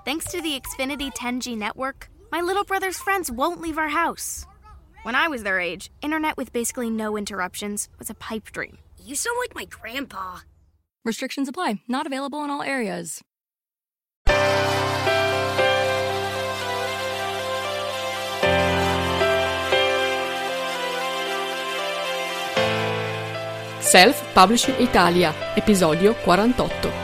Thanks to the Xfinity 10G network, my little brother's friends won't leave our house. When I was their age, internet with basically no interruptions was a pipe dream. You sound like my grandpa. Restrictions apply. Not available in all areas. Self Publishing Italia, episodio 48.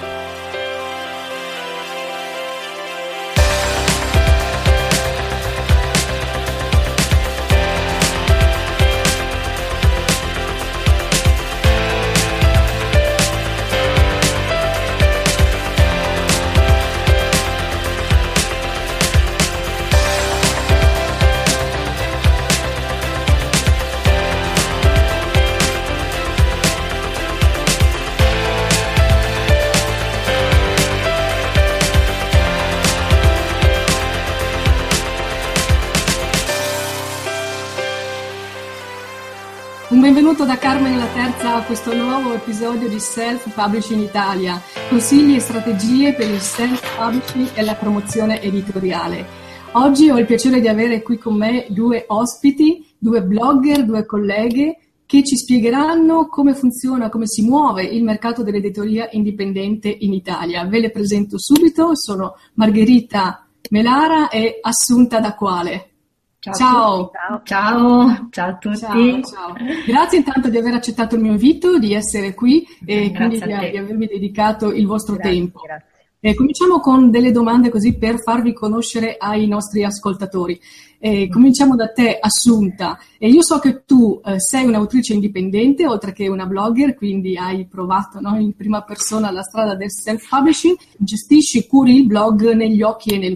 Un benvenuto da Carmen La Terza a questo nuovo episodio di Self Publishing Italia, consigli e strategie per il self publishing e la promozione editoriale. Oggi ho il piacere di avere qui con me due ospiti, due blogger, due colleghe che ci spiegheranno come funziona, come si muove il mercato dell'editoria indipendente in Italia. Ve le presento subito, sono Margherita Melara e Assunta D'Acquale. Ciao. Ciao a tutti. Ciao. Grazie intanto di aver accettato il mio invito, di essere qui e quindi di avermi dedicato il vostro tempo. Grazie. Cominciamo con delle domande così per farvi conoscere ai nostri ascoltatori. Cominciamo da te, Assunta. Io so che tu sei un'autrice indipendente, oltre che una blogger, quindi hai provato, no, in prima persona la strada del self-publishing, gestisci, curi il blog negli occhi e nel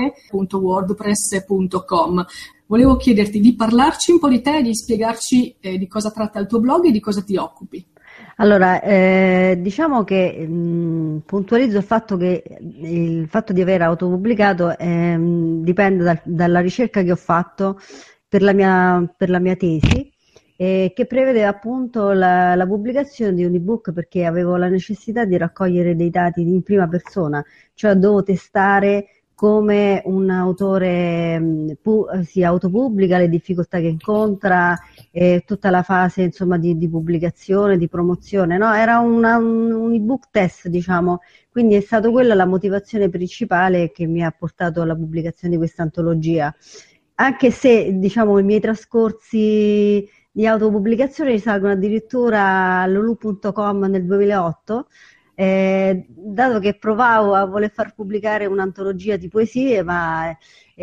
cuore.wordpress.com. Volevo chiederti di parlarci un po' di te, di spiegarci di cosa tratta il tuo blog e di cosa ti occupi. Allora, diciamo che puntualizzo il fatto di aver autopubblicato dipende dalla ricerca che ho fatto per la mia tesi, che prevedeva appunto la pubblicazione di un ebook, perché avevo la necessità di raccogliere dei dati in prima persona, cioè dovevo testare come un autore si autopubblica, le difficoltà che incontra, tutta la fase insomma di pubblicazione, di promozione, no? Era un ebook test, diciamo, quindi è stata quella la motivazione principale che mi ha portato alla pubblicazione di questa antologia, anche se diciamo i miei trascorsi di autopubblicazione risalgono addirittura all'olu.com nel 2008. Dato che provavo a voler far pubblicare un'antologia di poesie, ma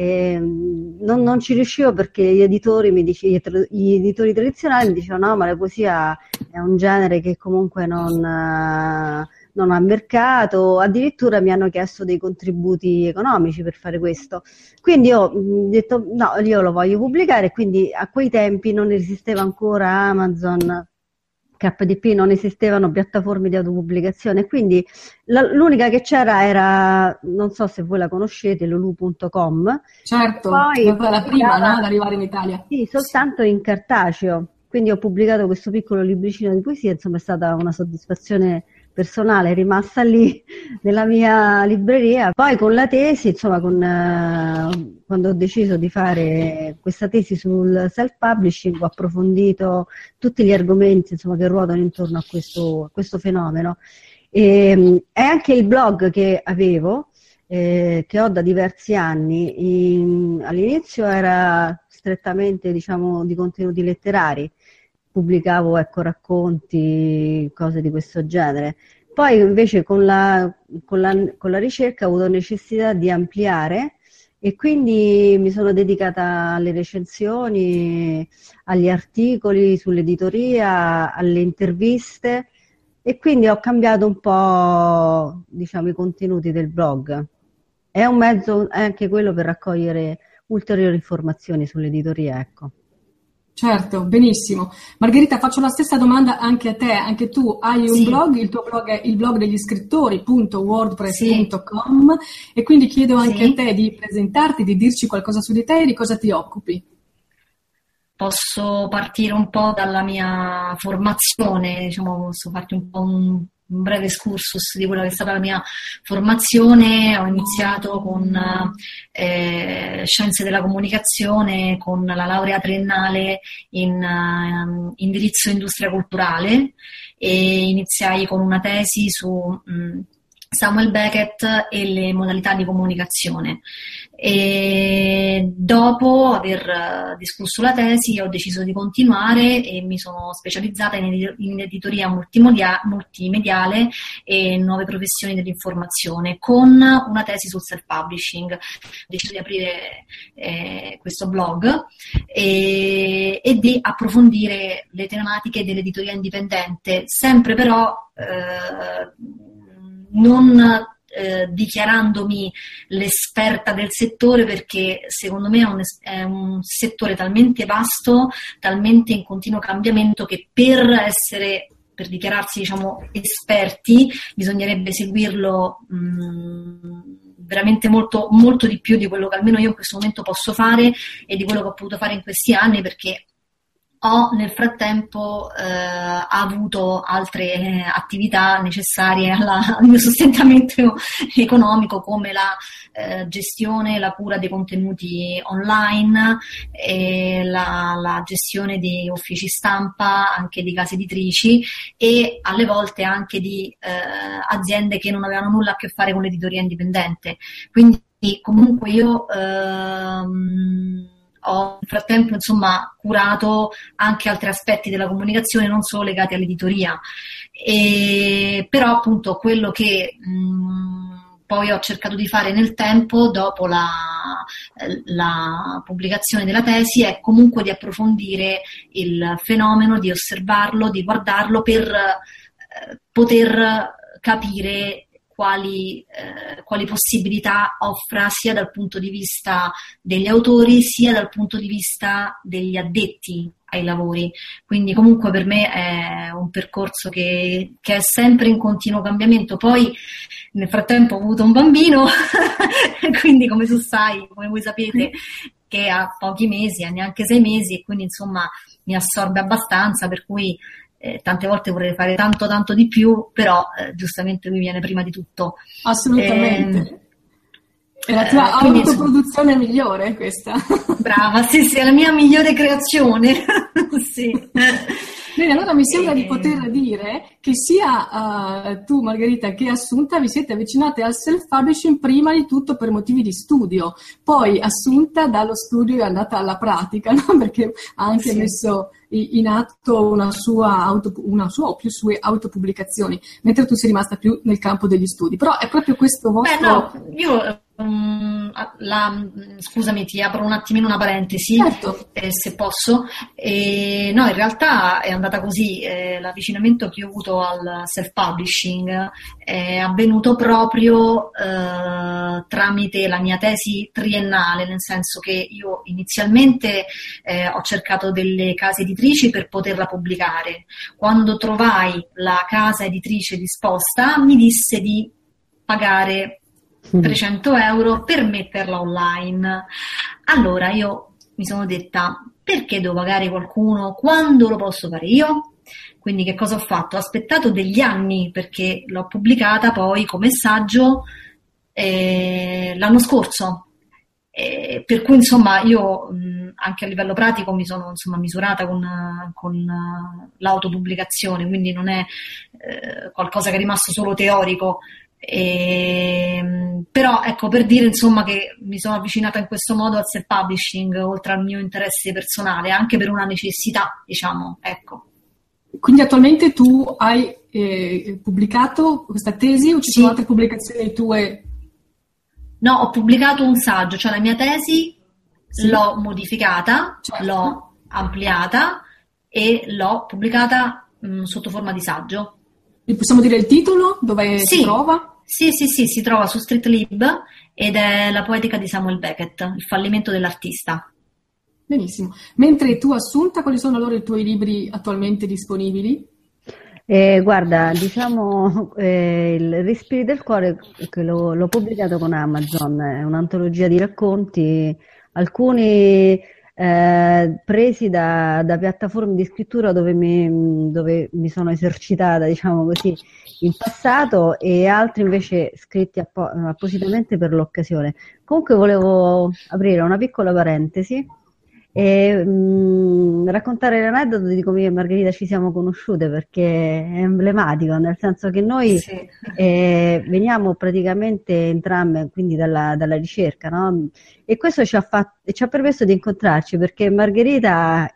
non ci riuscivo perché gli editori tradizionali mi dicevano no, ma la poesia è un genere che comunque non ha mercato, addirittura mi hanno chiesto dei contributi economici per fare questo. Quindi ho detto no, io lo voglio pubblicare, quindi a quei tempi non esisteva ancora Amazon, KDP, non esistevano piattaforme di autopubblicazione, quindi l'unica che c'era era, non so se voi la conoscete, lulu.com. Certo, poi la prima, no, ad arrivare in Italia. Sì, soltanto in cartaceo, quindi ho pubblicato questo piccolo libricino di poesia, insomma è stata una soddisfazione personale, è rimasta lì nella mia libreria. Poi con la tesi, insomma, quando ho deciso di fare questa tesi sul self-publishing, ho approfondito tutti gli argomenti, insomma, che ruotano intorno a questo fenomeno. E anche il blog che avevo, che ho da diversi anni, all'inizio era strettamente, diciamo, di contenuti letterari. Pubblicavo racconti, cose di questo genere. Poi invece con la ricerca ho avuto necessità di ampliare e quindi mi sono dedicata alle recensioni, agli articoli sull'editoria, alle interviste e quindi ho cambiato un po', diciamo, i contenuti del blog. È un mezzo anche quello per raccogliere ulteriori informazioni sull'editoria, ecco. Certo, benissimo. Margherita, faccio la stessa domanda anche a te. Anche tu hai un blog, il tuo blog è il blog degli scrittori.wordpress.com e quindi chiedo anche a te di presentarti, di dirci qualcosa su di te e di cosa ti occupi. Posso partire un po' dalla mia formazione, diciamo, posso farti un po' un breve excursus di quella che è stata la mia formazione. Ho iniziato con scienze della comunicazione, con la laurea triennale in indirizzo industria culturale, e iniziai con una tesi su Samuel Beckett e le modalità di comunicazione. E dopo aver discusso la tesi ho deciso di continuare e mi sono specializzata in editoria multimediale e nuove professioni dell'informazione, con una tesi sul self-publishing. Ho deciso di aprire questo blog e di approfondire le tematiche dell'editoria indipendente, sempre però non dichiarandomi l'esperta del settore, perché secondo me è un settore talmente vasto, talmente in continuo cambiamento, che per dichiararsi, diciamo, esperti bisognerebbe seguirlo veramente molto, molto di più di quello che almeno io in questo momento posso fare e di quello che ho potuto fare in questi anni, perché ho nel frattempo avuto altre attività necessarie al mio sostentamento economico, come la gestione e la cura dei contenuti online, e la gestione di uffici stampa, anche di case editrici, e alle volte anche di aziende che non avevano nulla a che fare con l'editoria indipendente. Quindi comunque io ho nel frattempo, insomma, curato anche altri aspetti della comunicazione, non solo legati all'editoria. Però appunto quello che poi ho cercato di fare nel tempo, dopo la pubblicazione della tesi, è comunque di approfondire il fenomeno, di osservarlo, di guardarlo, per poter capire quali possibilità offra, sia dal punto di vista degli autori sia dal punto di vista degli addetti ai lavori. Quindi comunque per me è un percorso che è sempre in continuo cambiamento. Poi nel frattempo ho avuto un bambino quindi come voi sapete, che ha pochi mesi, ha neanche 6 mesi, e quindi insomma mi assorbe abbastanza, per cui tante volte vorrei fare tanto di più, però giustamente lui viene prima di tutto. Assolutamente. È la tua autoproduzione migliore questa. Brava, sì, è la mia migliore creazione. Sì. Bene, allora mi sembra di poter dire che sia tu, Margherita, che Assunta vi siete avvicinate al self-publishing prima di tutto per motivi di studio, poi Assunta dallo studio è andata alla pratica, no? Perché ha anche messo in atto una sua o più sue autopubblicazioni, mentre tu sei rimasta più nel campo degli studi. Però è proprio questo vostro... no, io... scusami, ti apro un attimino una parentesi, certo. Se posso. No, in realtà è andata così. L'avvicinamento che ho avuto al self-publishing è avvenuto proprio tramite la mia tesi triennale, nel senso che io inizialmente ho cercato delle case editrici per poterla pubblicare. Quando trovai la casa editrice disposta, mi disse di pagare 300 euro per metterla online. Allora io mi sono detta: perché devo pagare qualcuno quando lo posso fare io? Quindi che cosa ho fatto? Ho aspettato degli anni, perché l'ho pubblicata poi come saggio l'anno scorso, per cui insomma io anche a livello pratico mi sono misurata con l'autopubblicazione, quindi non è qualcosa che è rimasto solo teorico. Però ecco, per dire insomma che mi sono avvicinata in questo modo al self-publishing, oltre al mio interesse personale, anche per una necessità, diciamo, ecco. Quindi attualmente tu hai pubblicato questa tesi o ci sono altre pubblicazioni tue? No, ho pubblicato un saggio, cioè la mia tesi l'ho modificata, certo, l'ho ampliata e l'ho pubblicata sotto forma di saggio. E possiamo dire il titolo? Dove si trova? Sì, si trova su Streetlib ed è La poetica di Samuel Beckett, il fallimento dell'artista. Benissimo. Mentre tu, Assunta, quali sono allora i tuoi libri attualmente disponibili? Guarda, diciamo il Respiri del cuore, che l'ho pubblicato con Amazon, è un'antologia di racconti, alcuni presi da piattaforme di scrittura dove mi sono esercitata, diciamo così, in passato, e altri invece scritti appositamente per l'occasione. Comunque volevo aprire una piccola parentesi e raccontare l'aneddoto di come io e Margherita ci siamo conosciute, perché è emblematico, nel senso che noi veniamo praticamente entrambe quindi dalla ricerca, no? E questo ci ha permesso di incontrarci, perché Margherita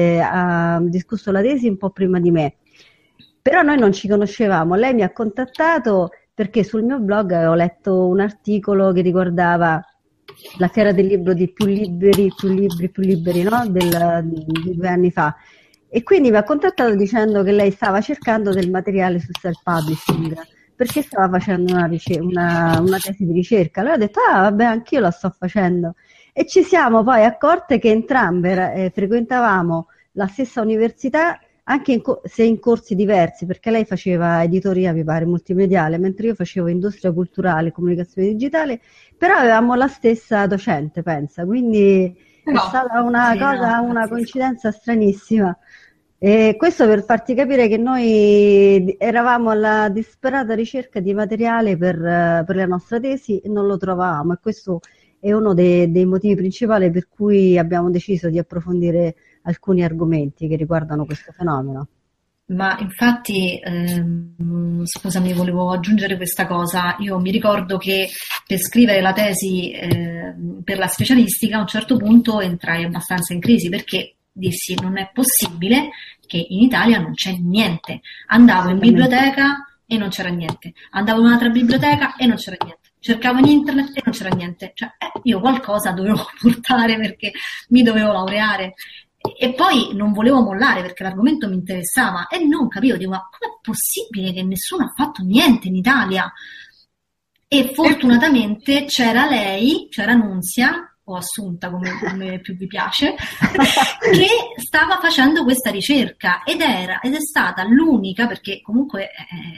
ha discusso la tesi un po' prima di me, però noi non ci conoscevamo. Lei mi ha contattato perché sul mio blog avevo letto un articolo che riguardava la fiera del libro di più libri, no? Di 2 anni fa, e quindi mi ha contattato dicendo che lei stava cercando del materiale sul self-publishing perché stava facendo una tesi di ricerca. Allora ho detto, vabbè, anch'io la sto facendo, e ci siamo poi accorte che entrambe frequentavamo la stessa università, anche se in corsi diversi, perché lei faceva editoria, mi pare, multimediale, mentre io facevo industria culturale, comunicazione digitale, però avevamo la stessa docente, pensa, quindi è stata una coincidenza stranissima. E questo per farti capire che noi eravamo alla disperata ricerca di materiale per la nostra tesi e non lo trovavamo, e questo è uno dei motivi principali per cui abbiamo deciso di approfondire alcuni argomenti che riguardano questo fenomeno. Ma infatti, scusami, volevo aggiungere questa cosa. Io mi ricordo che per scrivere la tesi per la specialistica a un certo punto entrai abbastanza in crisi, perché dissi non è possibile che in Italia non c'è niente. Andavo in biblioteca e non c'era niente, andavo in un'altra biblioteca e non c'era niente, cercavo in internet e non c'era niente. Cioè, io qualcosa dovevo portare perché mi dovevo laureare. E poi non volevo mollare perché l'argomento mi interessava e non capivo, dico, ma com'è possibile che nessuno ha fatto niente in Italia? E fortunatamente c'era lei, c'era Nunzia, o Assunta come più vi piace, che stava facendo questa ricerca ed è stata l'unica, perché comunque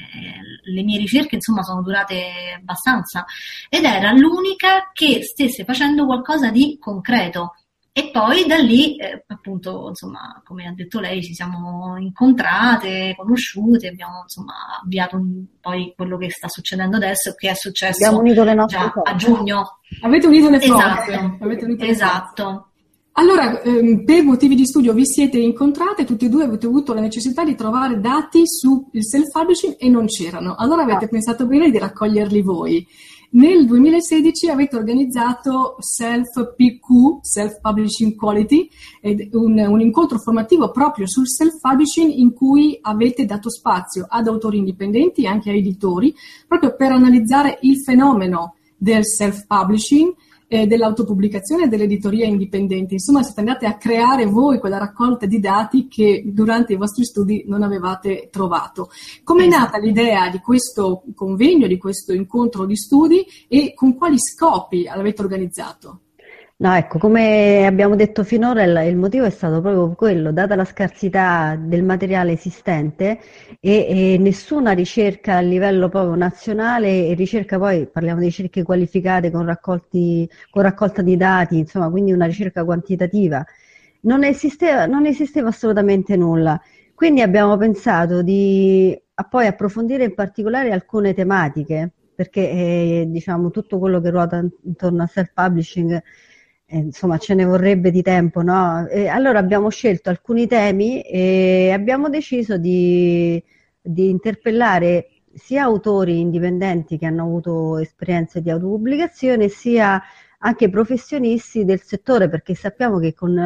le mie ricerche insomma sono durate abbastanza, ed era l'unica che stesse facendo qualcosa di concreto. E poi da lì, appunto, insomma, come ha detto lei, ci siamo incontrate, conosciute, abbiamo insomma avviato poi quello che sta succedendo adesso, che è successo abbiamo unito le nostre già forze. A giugno. Avete unito le forze. Esatto. Allora, per motivi di studio vi siete incontrate, tutti e due avete avuto la necessità di trovare dati sul self-publishing e non c'erano. Allora avete pensato bene di raccoglierli voi. Nel 2016 avete organizzato Self-PQ, Self-Publishing Quality, un incontro formativo proprio sul self-publishing in cui avete dato spazio ad autori indipendenti e anche a editori, proprio per analizzare il fenomeno del self-publishing, dell'autopubblicazione e dell'editoria indipendente. Insomma, siete andate a creare voi quella raccolta di dati che durante i vostri studi non avevate trovato. Come è nata l'idea di questo convegno, di questo incontro di studi, e con quali scopi l'avete organizzato? No, ecco, come abbiamo detto finora, il motivo è stato proprio quello, data la scarsità del materiale esistente e nessuna ricerca a livello proprio nazionale, e ricerca, poi parliamo di ricerche qualificate con raccolta di dati, insomma, quindi una ricerca quantitativa, non esisteva assolutamente nulla. Quindi abbiamo pensato di poi approfondire in particolare alcune tematiche, perché diciamo tutto quello che ruota intorno al self-publishing, insomma, ce ne vorrebbe di tempo, no? Allora abbiamo scelto alcuni temi e abbiamo deciso di interpellare sia autori indipendenti che hanno avuto esperienze di autopubblicazione, sia anche professionisti del settore, perché sappiamo che con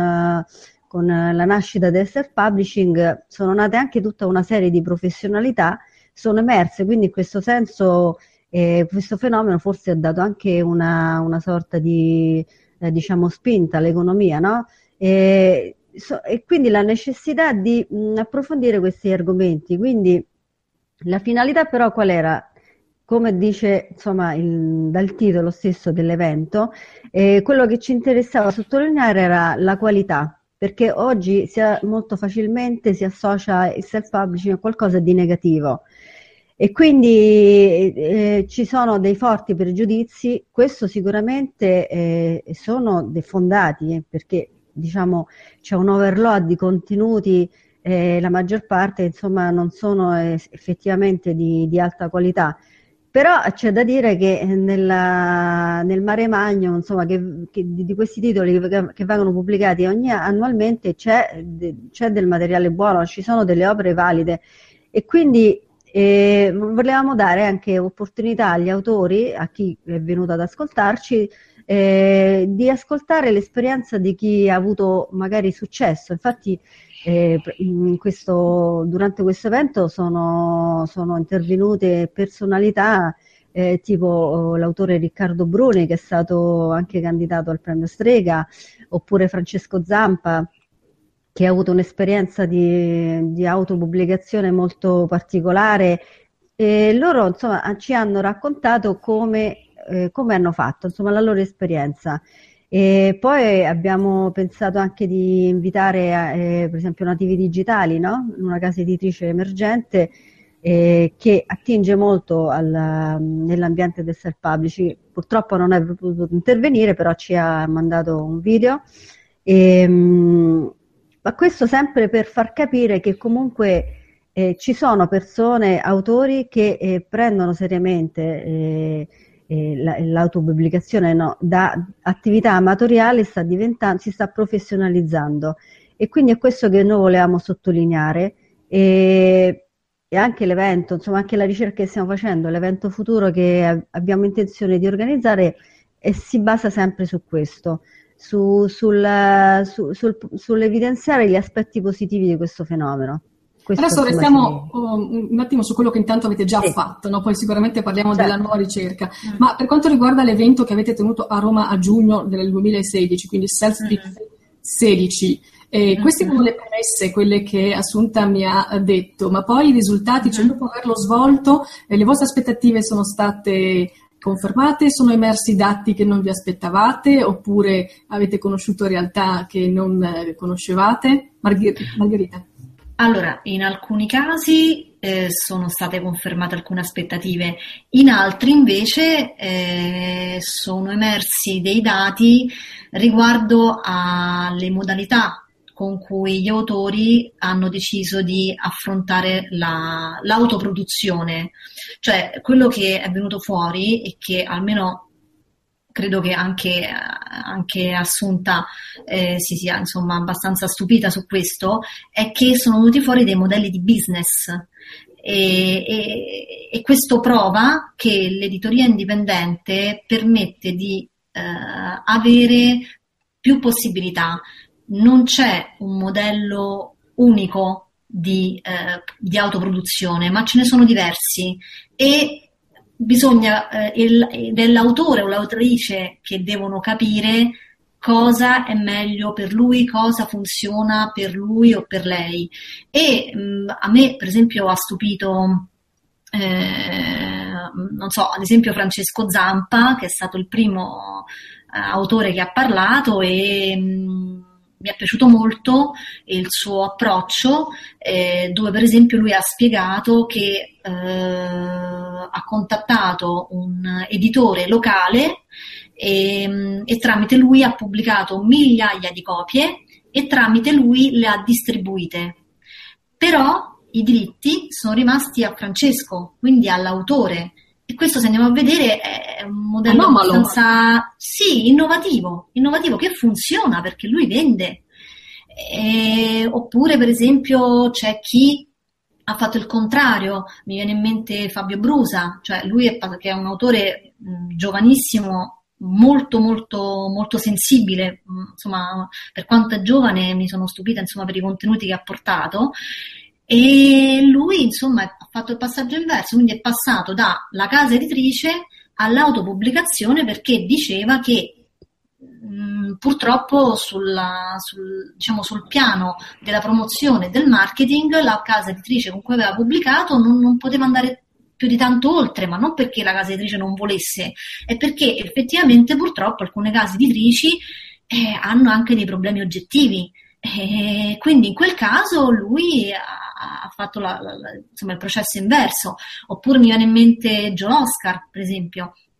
la nascita del self-publishing sono nate anche tutta una serie di professionalità, sono emerse, quindi in questo senso questo fenomeno forse ha dato anche una sorta di diciamo spinta all'economia, no? E quindi la necessità di approfondire questi argomenti. Quindi la finalità però qual era? Come dice insomma dal titolo stesso dell'evento, quello che ci interessava sottolineare era la qualità, perché oggi molto facilmente si associa il self-publishing a qualcosa di negativo. E quindi ci sono dei forti pregiudizi, questo sicuramente sono defondati, perché diciamo c'è un overload di contenuti, la maggior parte insomma non sono effettivamente di alta qualità. Però c'è da dire che nel mare magno, insomma, che di questi titoli che vengono pubblicati annualmente c'è del materiale buono, ci sono delle opere valide, e quindi volevamo dare anche opportunità agli autori, a chi è venuto ad ascoltarci, di ascoltare l'esperienza di chi ha avuto magari successo. Infatti durante questo evento sono intervenute personalità tipo l'autore Riccardo Bruni, che è stato anche candidato al premio Strega, oppure Francesco Zampa, che ha avuto un'esperienza di autopubblicazione molto particolare, e loro insomma ci hanno raccontato come hanno fatto, insomma, la loro esperienza. E poi abbiamo pensato anche di invitare per esempio Nativi Digitali, no? Una casa editrice emergente che attinge molto nell'ambiente del self-publishing. Purtroppo non è potuto intervenire, però ci ha mandato un video. Ma questo sempre per far capire che comunque ci sono persone, autori che prendono seriamente l'autopubblicazione, no, da attività amatoriale si sta professionalizzando, e quindi è questo che noi volevamo sottolineare, e anche l'evento, insomma anche la ricerca che stiamo facendo, l'evento futuro che abbiamo intenzione di organizzare, si basa sempre su questo, sull'evidenziare gli aspetti positivi di questo fenomeno. Adesso restiamo un attimo su quello che intanto avete già fatto, no? Poi sicuramente parliamo della nuova ricerca. Ma per quanto riguarda l'evento che avete tenuto a Roma a giugno del 2016, quindi Self 16, queste sono le premesse, quelle che Assunta mi ha detto, ma poi i risultati, cioè dopo averlo svolto, le vostre aspettative sono state confermate? Sono emersi dati che non vi aspettavate, oppure avete conosciuto realtà che non conoscevate? Margherita. Allora, in alcuni casi sono state confermate alcune aspettative, in altri invece sono emersi dei dati riguardo alle modalità con cui gli autori hanno deciso di affrontare l'autoproduzione. Cioè, quello che è venuto fuori e che almeno credo che anche Assunta si sia insomma abbastanza stupita su questo, è che sono venuti fuori dei modelli di business e questo prova che l'editoria indipendente permette di avere più possibilità. Non c'è un modello unico di autoproduzione, ma ce ne sono diversi, e bisogna dell'autore o l'autrice che devono capire cosa è meglio per lui, cosa funziona per lui o per lei. E a me per esempio ha stupito non so, ad esempio Francesco Zampa, che è stato il primo autore che ha parlato, e mi è piaciuto molto il suo approccio, dove per esempio lui ha spiegato che ha contattato un editore locale e tramite lui ha pubblicato migliaia di copie e tramite lui le ha distribuite. Però i diritti sono rimasti a Francesco, quindi all'autore. E questo, se andiamo a vedere, è un modello abbastanza innovativo, che funziona perché lui vende. Oppure, per esempio, c'è chi ha fatto il contrario. Mi viene in mente Fabio Brusa, cioè lui che è un autore giovanissimo, molto molto molto sensibile, insomma, per quanto è giovane mi sono stupita, insomma, per i contenuti che ha portato. E lui, insomma, ha fatto il passaggio inverso, quindi è passato dalla casa editrice all'autopubblicazione, perché diceva che purtroppo sul piano della promozione e del marketing la casa editrice con cui aveva pubblicato non poteva andare più di tanto oltre, ma non perché la casa editrice non volesse, è perché effettivamente purtroppo alcune case editrici hanno anche dei problemi oggettivi. Quindi in quel caso lui ha fatto insomma, il processo inverso. Oppure mi viene in mente John Oscar, per esempio,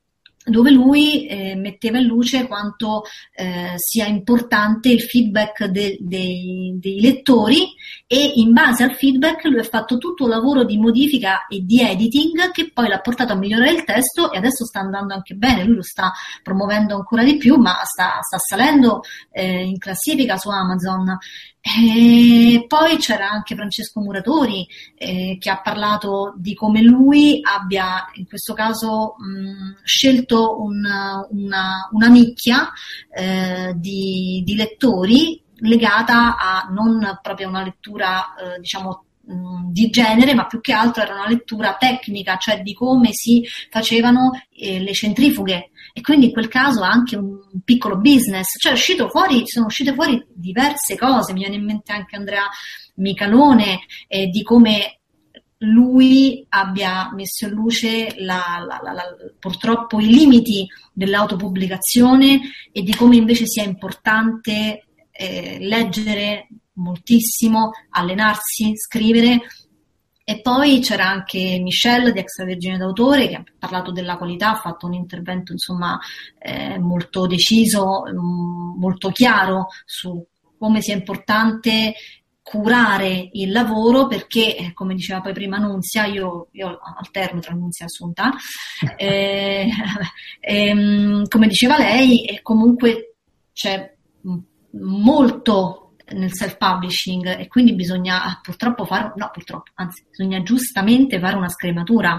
dove lui metteva in luce quanto sia importante il feedback dei lettori, e in base al feedback lui ha fatto tutto un lavoro di modifica e di editing che poi l'ha portato a migliorare il testo, e adesso sta andando anche bene, lui lo sta promuovendo ancora di più, ma sta salendo in classifica su Amazon. E poi c'era anche Francesco Muratori che ha parlato di come lui abbia in questo caso scelto una nicchia di lettori legata a non proprio una lettura diciamo di genere, ma più che altro era una lettura tecnica, cioè di come si facevano le centrifughe, e quindi in quel caso anche un piccolo business, cioè sono uscite fuori diverse cose. Mi viene in mente anche Andrea Micalone, di come lui abbia messo in luce purtroppo i limiti dell'autopubblicazione, e di come invece sia importante leggere moltissimo, allenarsi, scrivere. E poi c'era anche Michelle di Extravergine d'autore, che ha parlato della qualità, ha fatto un intervento insomma molto deciso, molto chiaro su come sia importante curare il lavoro, perché come diceva poi prima Nunzia, io alterno tra Nunzia e Assunta, come diceva lei, comunque c'è molto nel self-publishing, e quindi bisogna bisogna giustamente fare una scrematura,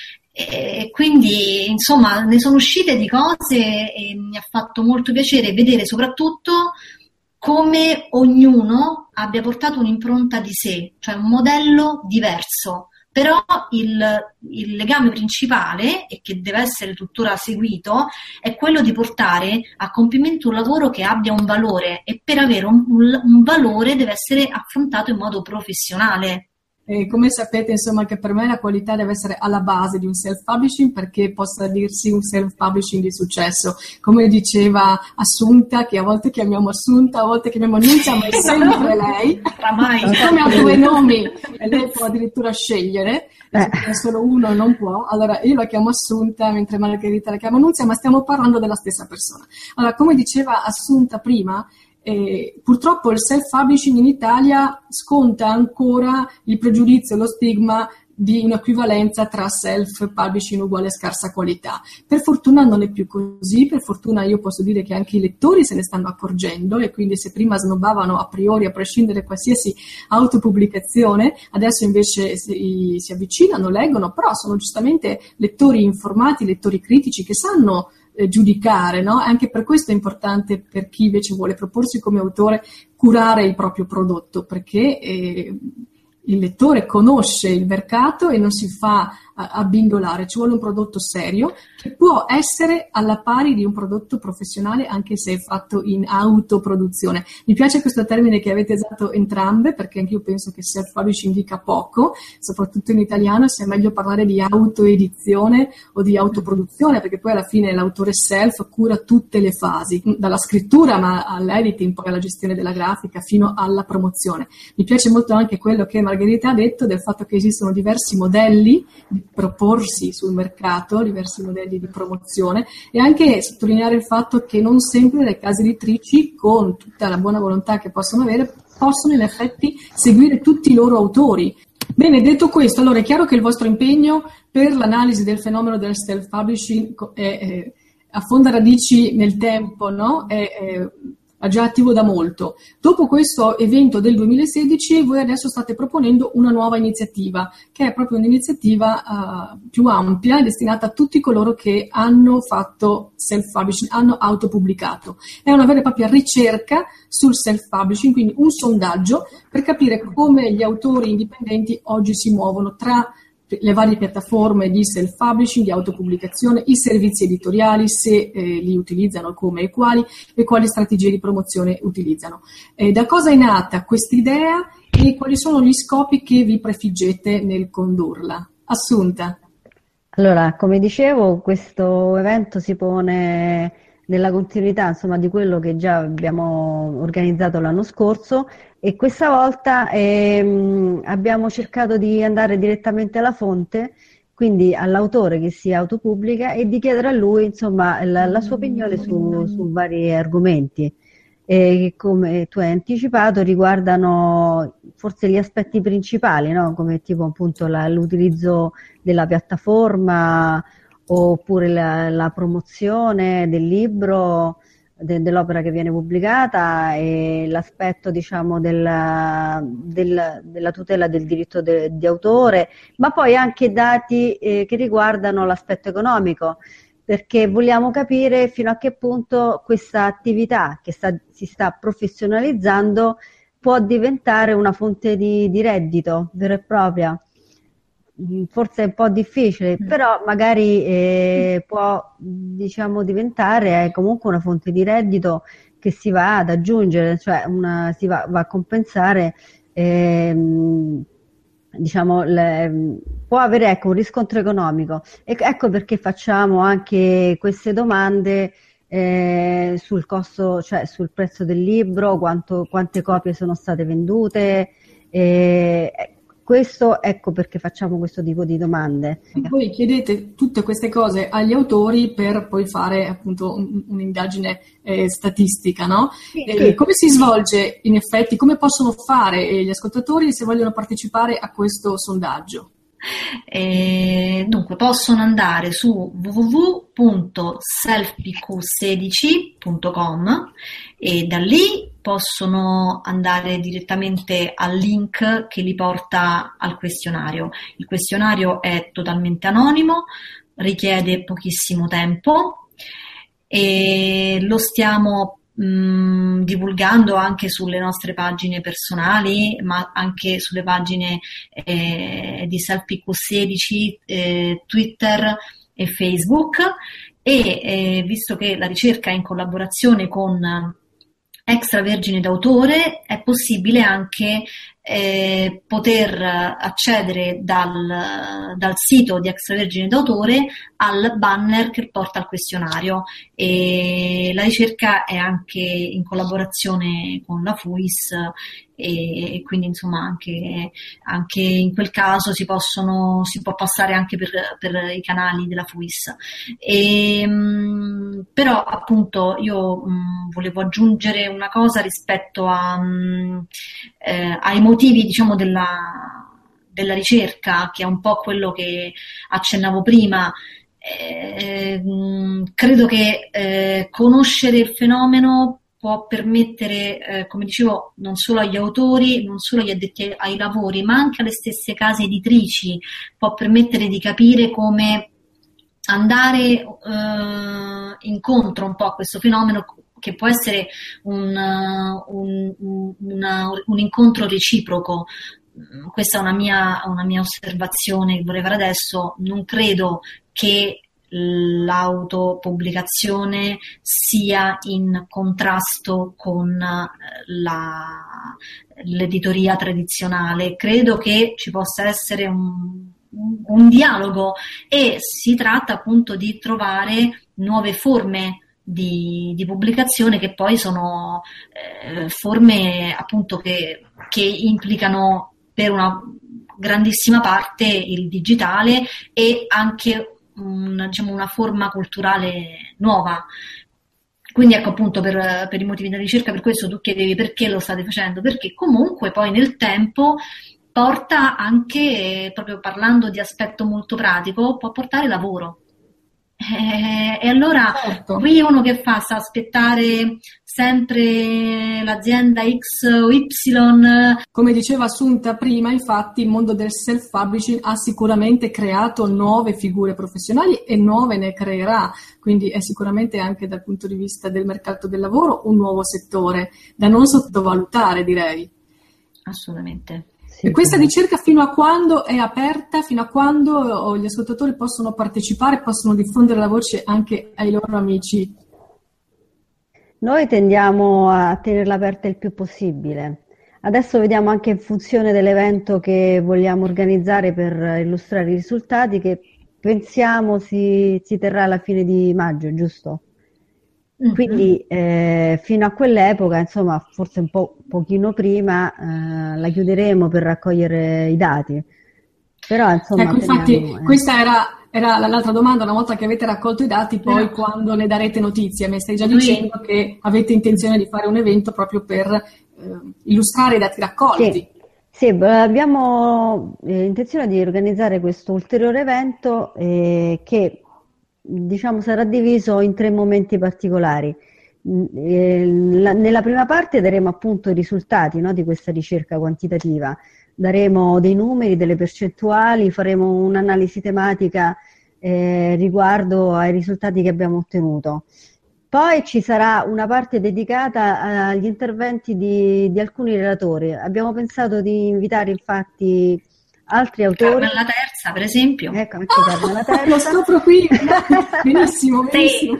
e quindi insomma ne sono uscite di cose, e mi ha fatto molto piacere vedere soprattutto come ognuno abbia portato un'impronta di sé, cioè un modello diverso. Però il legame principale, e che deve essere tuttora seguito, è quello di portare a compimento un lavoro che abbia un valore, e per avere un valore deve essere affrontato in modo professionale. Come sapete, insomma, che per me la qualità deve essere alla base di un self-publishing, perché possa dirsi un self-publishing di successo. Come diceva Assunta, che a volte chiamiamo Assunta, a volte chiamiamo Nunzia, ma è sempre lei. Come ha due nomi e lei può addirittura scegliere, se solo uno non può. Allora io la chiamo Assunta, mentre Margherita la chiama Nunzia, ma stiamo parlando della stessa persona. Allora, come diceva Assunta prima, purtroppo il self-publishing in Italia sconta ancora il pregiudizio, lo stigma di un'equivalenza tra self-publishing uguale scarsa qualità. Per fortuna non è più così, per fortuna io posso dire che anche i lettori se ne stanno accorgendo, e quindi se prima snobbavano a priori a prescindere qualsiasi autopubblicazione, adesso invece si avvicinano, leggono, però sono giustamente lettori informati, lettori critici che sanno giudicare, no? Anche per questo è importante, per chi invece vuole proporsi come autore, curare il proprio prodotto, perché il lettore conosce il mercato e non si fa abbindolare. Ci vuole un prodotto serio che può essere alla pari di un prodotto professionale, anche se è fatto in autoproduzione. Mi piace questo termine che avete usato entrambe, perché anche io penso che self-publishing dica poco, soprattutto in italiano sia meglio parlare di autoedizione o di autoproduzione, perché poi alla fine l'autore self cura tutte le fasi, dalla scrittura ma all'editing, poi alla gestione della grafica fino alla promozione. Mi piace molto anche quello che Margherita ha detto del fatto che esistono diversi modelli di proporsi sul mercato, diversi modelli di promozione, e anche sottolineare il fatto che non sempre le case editrici, con tutta la buona volontà che possono avere, possono in effetti seguire tutti i loro autori. Bene, detto questo, allora è chiaro che il vostro impegno per l'analisi del fenomeno del self-publishing affonda radici nel tempo, no? È già attivo da molto. Dopo questo evento del 2016 voi adesso state proponendo una nuova iniziativa, che è proprio un'iniziativa più ampia, destinata a tutti coloro che hanno fatto self-publishing, hanno autopubblicato. È una vera e propria ricerca sul self-publishing, quindi un sondaggio per capire come gli autori indipendenti oggi si muovono tra le varie piattaforme di self-publishing, di autopubblicazione, i servizi editoriali, se li utilizzano, come e quali strategie di promozione utilizzano. Da cosa è nata questa idea e quali sono gli scopi che vi prefiggete nel condurla? Assunta. Allora, come dicevo, questo evento si pone nella continuità, insomma, di quello che già abbiamo organizzato l'anno scorso, e questa volta abbiamo cercato di andare direttamente alla fonte quindi all'autore che si autopubblica, e di chiedere a lui, insomma, la sua opinione su vari argomenti, che, come tu hai anticipato, riguardano forse gli aspetti principali, no? Come tipo appunto l'utilizzo della piattaforma, oppure la promozione del libro, dell'opera che viene pubblicata, e l'aspetto, diciamo, della tutela del diritto di autore, ma poi anche dati che riguardano l'aspetto economico, perché vogliamo capire fino a che punto questa attività che si sta professionalizzando può diventare una fonte di reddito vera e propria. Forse è un po' difficile, però magari può, diciamo, diventare comunque una fonte di reddito che si va ad aggiungere, cioè va a compensare, diciamo, può avere, ecco, un riscontro economico. Ecco perché facciamo anche queste domande sul costo, cioè sul prezzo del libro, quante copie sono state vendute. Questo, ecco perché facciamo questo tipo di domande. E poi chiedete tutte queste cose agli autori per poi fare appunto un'indagine statistica, no? Sì. Come si svolge in effetti, come possono fare gli ascoltatori se vogliono partecipare a questo sondaggio? Dunque possono andare su www.selfpq16.com e da lì possono andare direttamente al link che li porta al questionario. Il questionario è totalmente anonimo, richiede pochissimo tempo e lo stiamo divulgando anche sulle nostre pagine personali, ma anche sulle pagine di SelfPQ16, Twitter e Facebook, e visto che la ricerca è in collaborazione con Extravergine d'autore, è possibile anche poter accedere dal sito di Extravergine d'autore al banner che porta al questionario, e la ricerca è anche in collaborazione con la FUIS, e quindi insomma anche in quel caso si può passare anche per i canali della FUIS. Però appunto io volevo aggiungere una cosa rispetto ai motivi, diciamo, della ricerca, che è un po' quello che accennavo prima. Credo che conoscere il fenomeno può permettere, come dicevo, non solo agli autori, non solo agli addetti ai lavori, ma anche alle stesse case editrici, può permettere di capire come andare incontro un po' a questo fenomeno, che può essere un incontro reciproco. Questa è una mia osservazione che vorrei fare adesso. Non credo che l'autopubblicazione sia in contrasto con l'editoria tradizionale. Credo che ci possa essere un dialogo, e si tratta appunto di trovare nuove forme di pubblicazione, che poi sono forme appunto che implicano per una grandissima parte il digitale, e anche una forma culturale nuova. Quindi ecco, appunto, per i motivi della ricerca, per questo tu chiedevi perché lo state facendo, perché comunque poi nel tempo porta anche, proprio parlando di aspetto molto pratico, può portare lavoro. E allora certo. Qui uno che fa? Sta aspettare sempre l'azienda X o Y. Come diceva Assunta prima, infatti il mondo del self-publishing ha sicuramente creato nuove figure professionali e nuove ne creerà, quindi è sicuramente anche dal punto di vista del mercato del lavoro un nuovo settore da non sottovalutare, direi. Assolutamente. E questa ricerca fino a quando è aperta, fino a quando gli ascoltatori possono partecipare, possono diffondere la voce anche ai loro amici? Noi tendiamo a tenerla aperta il più possibile. Adesso vediamo anche in funzione dell'evento che vogliamo organizzare per illustrare i risultati, che pensiamo si terrà alla fine di maggio, giusto? Quindi fino a quell'epoca, insomma, forse un pochino prima, la chiuderemo per raccogliere i dati. Però insomma, Ecco, infatti teniamo, questa era l'altra domanda, una volta che avete raccolto i dati, poi quando ne darete notizia? Mi stai già dicendo che avete intenzione di fare un evento proprio per illustrare i dati raccolti. Sì, abbiamo intenzione di organizzare questo ulteriore evento che diciamo sarà diviso in 3 momenti particolari. Nella prima parte daremo appunto i risultati, no, di questa ricerca quantitativa, daremo dei numeri, delle percentuali, faremo un'analisi tematica riguardo ai risultati che abbiamo ottenuto. Poi ci sarà una parte dedicata agli interventi di alcuni relatori. Abbiamo pensato di invitare infatti altri autori. Carmen La Terza, per esempio. Ecco, anche Carmen La Terza. Lo scopro qui. Benissimo, benissimo. Sì.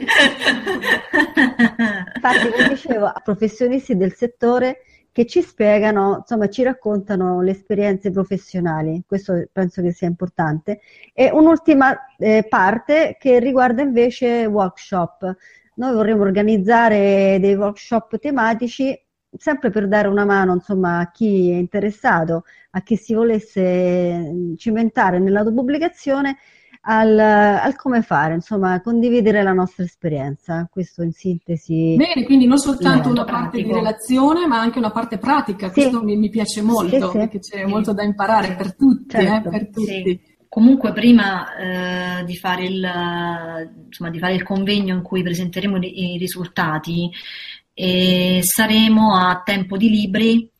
Infatti, come dicevo, professionisti del settore che ci spiegano, insomma, ci raccontano le esperienze professionali. Questo penso che sia importante. E un'ultima parte che riguarda invece workshop. Noi vorremmo organizzare dei workshop tematici sempre per dare una mano, insomma, a chi è interessato, a chi si volesse cimentare nell'autopubblicazione, al come fare, insomma, condividere la nostra esperienza. Questo in sintesi. Bene, quindi non soltanto una parte di relazione, ma anche una parte pratica. Questo mi piace molto, perché c'è molto da imparare per tutti, certo. Per tutti. Sì. Comunque prima di fare il convegno in cui presenteremo i risultati, saremo a Tempo di Libri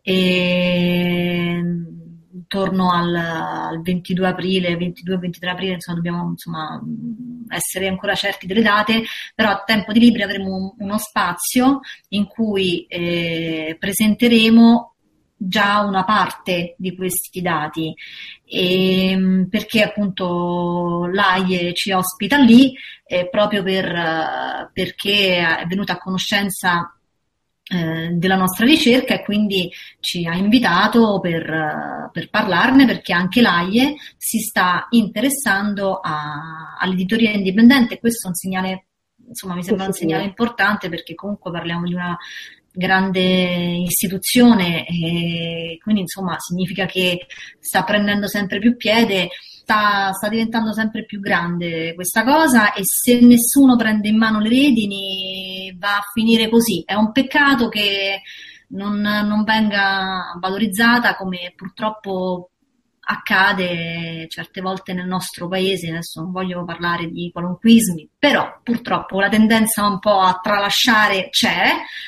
intorno al 22 aprile, 22-23 aprile, insomma, dobbiamo essere ancora certi delle date, però a Tempo di Libri avremo uno spazio in cui presenteremo già una parte di questi dati, perché appunto l'AIE ci ospita lì proprio perché è venuta a conoscenza della nostra ricerca e quindi ci ha invitato per parlarne, perché anche l'AIE si sta interessando all'editoria indipendente. Questo è un segnale, insomma, mi sembra un segnale importante, perché comunque parliamo di una grande istituzione e quindi insomma significa che sta prendendo sempre più piede, sta diventando sempre più grande questa cosa, e se nessuno prende in mano le redini va a finire così. È un peccato che non venga valorizzata, come purtroppo accade certe volte nel nostro paese. Adesso non voglio parlare di qualunquismi, però purtroppo la tendenza un po' a tralasciare c'è,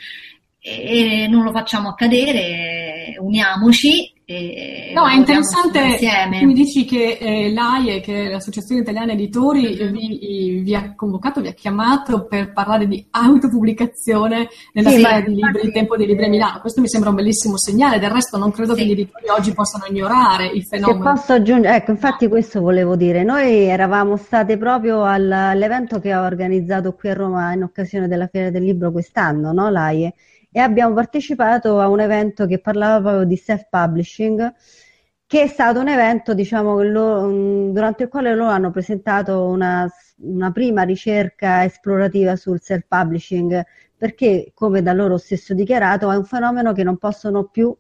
e non lo facciamo accadere. Uniamoci e no, è interessante insieme. Tu mi dici che l'AIE, che è l'Associazione Italiana Editori, vi ha convocato, vi ha chiamato per parlare di autopubblicazione nella Feria di Libri, Tempo di Libri a Milano. Questo mi sembra un bellissimo segnale. Del resto non credo che gli editori oggi possano ignorare il fenomeno. Se posso aggiungere, ecco, infatti questo volevo dire. Noi eravamo state proprio all'evento che ho organizzato qui a Roma in occasione della Fiera del Libro quest'anno, no, l'AIE, e abbiamo partecipato a un evento che parlava proprio di self-publishing, che è stato un evento, diciamo, durante il quale loro hanno presentato una prima ricerca esplorativa sul self-publishing, perché, come da loro stesso dichiarato, è un fenomeno che non possono più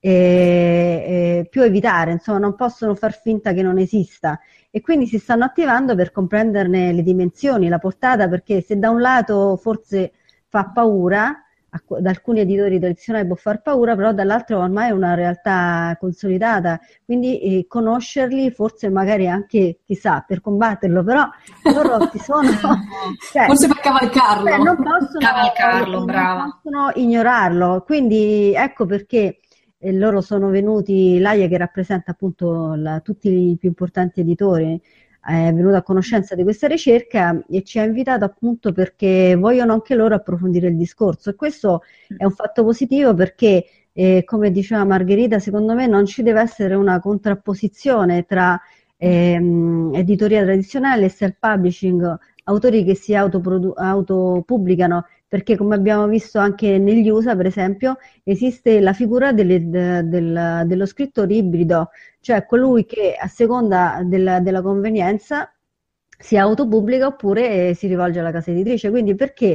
evitare, insomma, non possono far finta che non esista, e quindi si stanno attivando per comprenderne le dimensioni, la portata, perché se da un lato forse fa paura, ad alcuni editori tradizionali può far paura, però dall'altro ormai è una realtà consolidata, quindi conoscerli forse magari anche, chissà, per combatterlo, però loro ci sono, cioè, forse per cavalcarlo, non possono ignorarlo, quindi ecco perché loro sono venuti, l'AIE che rappresenta appunto tutti i più importanti editori, è venuto a conoscenza di questa ricerca e ci ha invitato appunto perché vogliono anche loro approfondire il discorso, e questo è un fatto positivo, perché come diceva Margherita, secondo me non ci deve essere una contrapposizione tra editoria tradizionale e self-publishing, autori che si autopubblicano, perché come abbiamo visto anche negli USA, per esempio, esiste la figura dello scrittore ibrido, cioè colui che a seconda della convenienza si autopubblica oppure si rivolge alla casa editrice. Quindi perché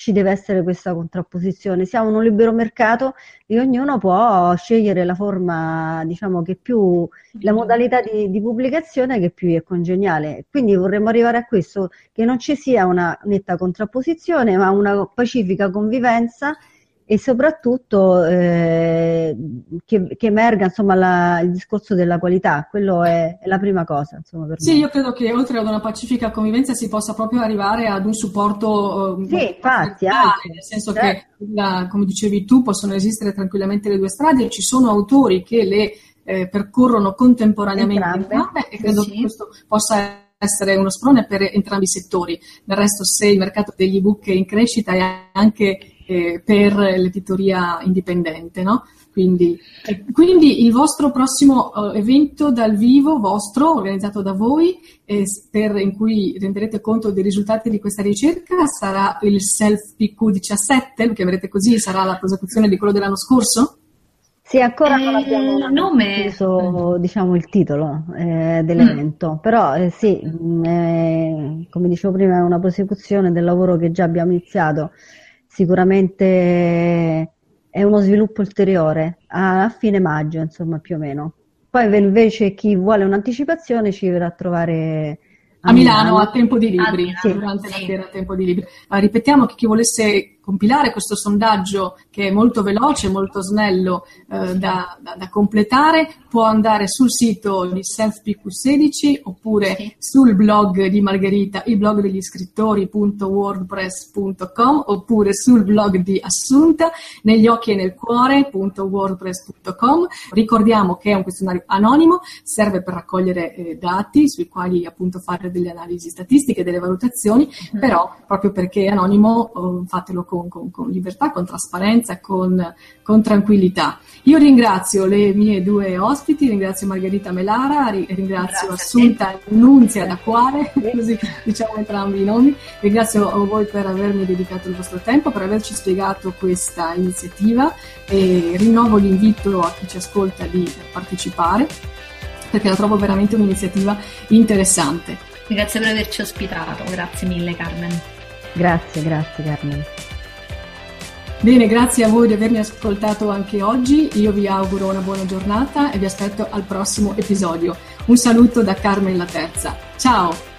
ci deve essere questa contrapposizione. Siamo in un libero mercato e ognuno può scegliere la forma, diciamo, che più, la modalità di pubblicazione che più è congeniale. Quindi vorremmo arrivare a questo, che non ci sia una netta contrapposizione, ma una pacifica convivenza e soprattutto che emerga, insomma, il discorso della qualità. Quello è la prima cosa, insomma, per Sì, me. io credo che oltre ad una pacifica convivenza si possa proprio arrivare ad un supporto Sì, infatti, nel senso certo. che, come dicevi tu, possono esistere tranquillamente le due strade, ci sono autori che le percorrono contemporaneamente Entrambe. e credo che questo possa essere uno sprone per entrambi i settori. Del resto, se il mercato degli ebook è in crescita, è anche per l'editoria indipendente, no? Quindi il vostro prossimo evento dal vivo, vostro, organizzato da voi, in cui renderete conto dei risultati di questa ricerca, sarà il Self PQ17, lo chiamerete così, sarà la prosecuzione di quello dell'anno scorso? Sì, ancora non abbiamo deciso, diciamo, il titolo dell'evento, però sì, come dicevo prima, è una prosecuzione del lavoro che già abbiamo iniziato. Sicuramente è uno sviluppo ulteriore a fine maggio, insomma, più o meno. Poi invece chi vuole un'anticipazione ci verrà a trovare a Milano a Tempo di Libri, sì, durante la fiera Tempo di Libri. Ripetiamo che chi volesse compilare questo sondaggio, che è molto veloce, molto snello da completare, può andare sul sito di Self PQ16 oppure sul blog di Margherita, il blog degli scrittori.wordpress.com, oppure sul blog di Assunta, negli occhi e nel cuore.wordpress.com. Ricordiamo che è un questionario anonimo, serve per raccogliere dati sui quali appunto fare delle analisi statistiche, delle valutazioni, però proprio perché è anonimo fatelo con libertà, con trasparenza, con tranquillità. Io ringrazio le mie due ospiti, ringrazio Margherita Melara, ringrazio Assunta Nunzia da Cuore, così diciamo entrambi i nomi. Ringrazio voi per avermi dedicato il vostro tempo, per averci spiegato questa iniziativa e rinnovo l'invito a chi ci ascolta di partecipare, perché la trovo veramente un'iniziativa interessante. Grazie per averci ospitato, grazie mille Carmen. Grazie Carmen. Bene, grazie a voi di avermi ascoltato anche oggi, io vi auguro una buona giornata e vi aspetto al prossimo episodio. Un saluto da Carmen la Terza. Ciao!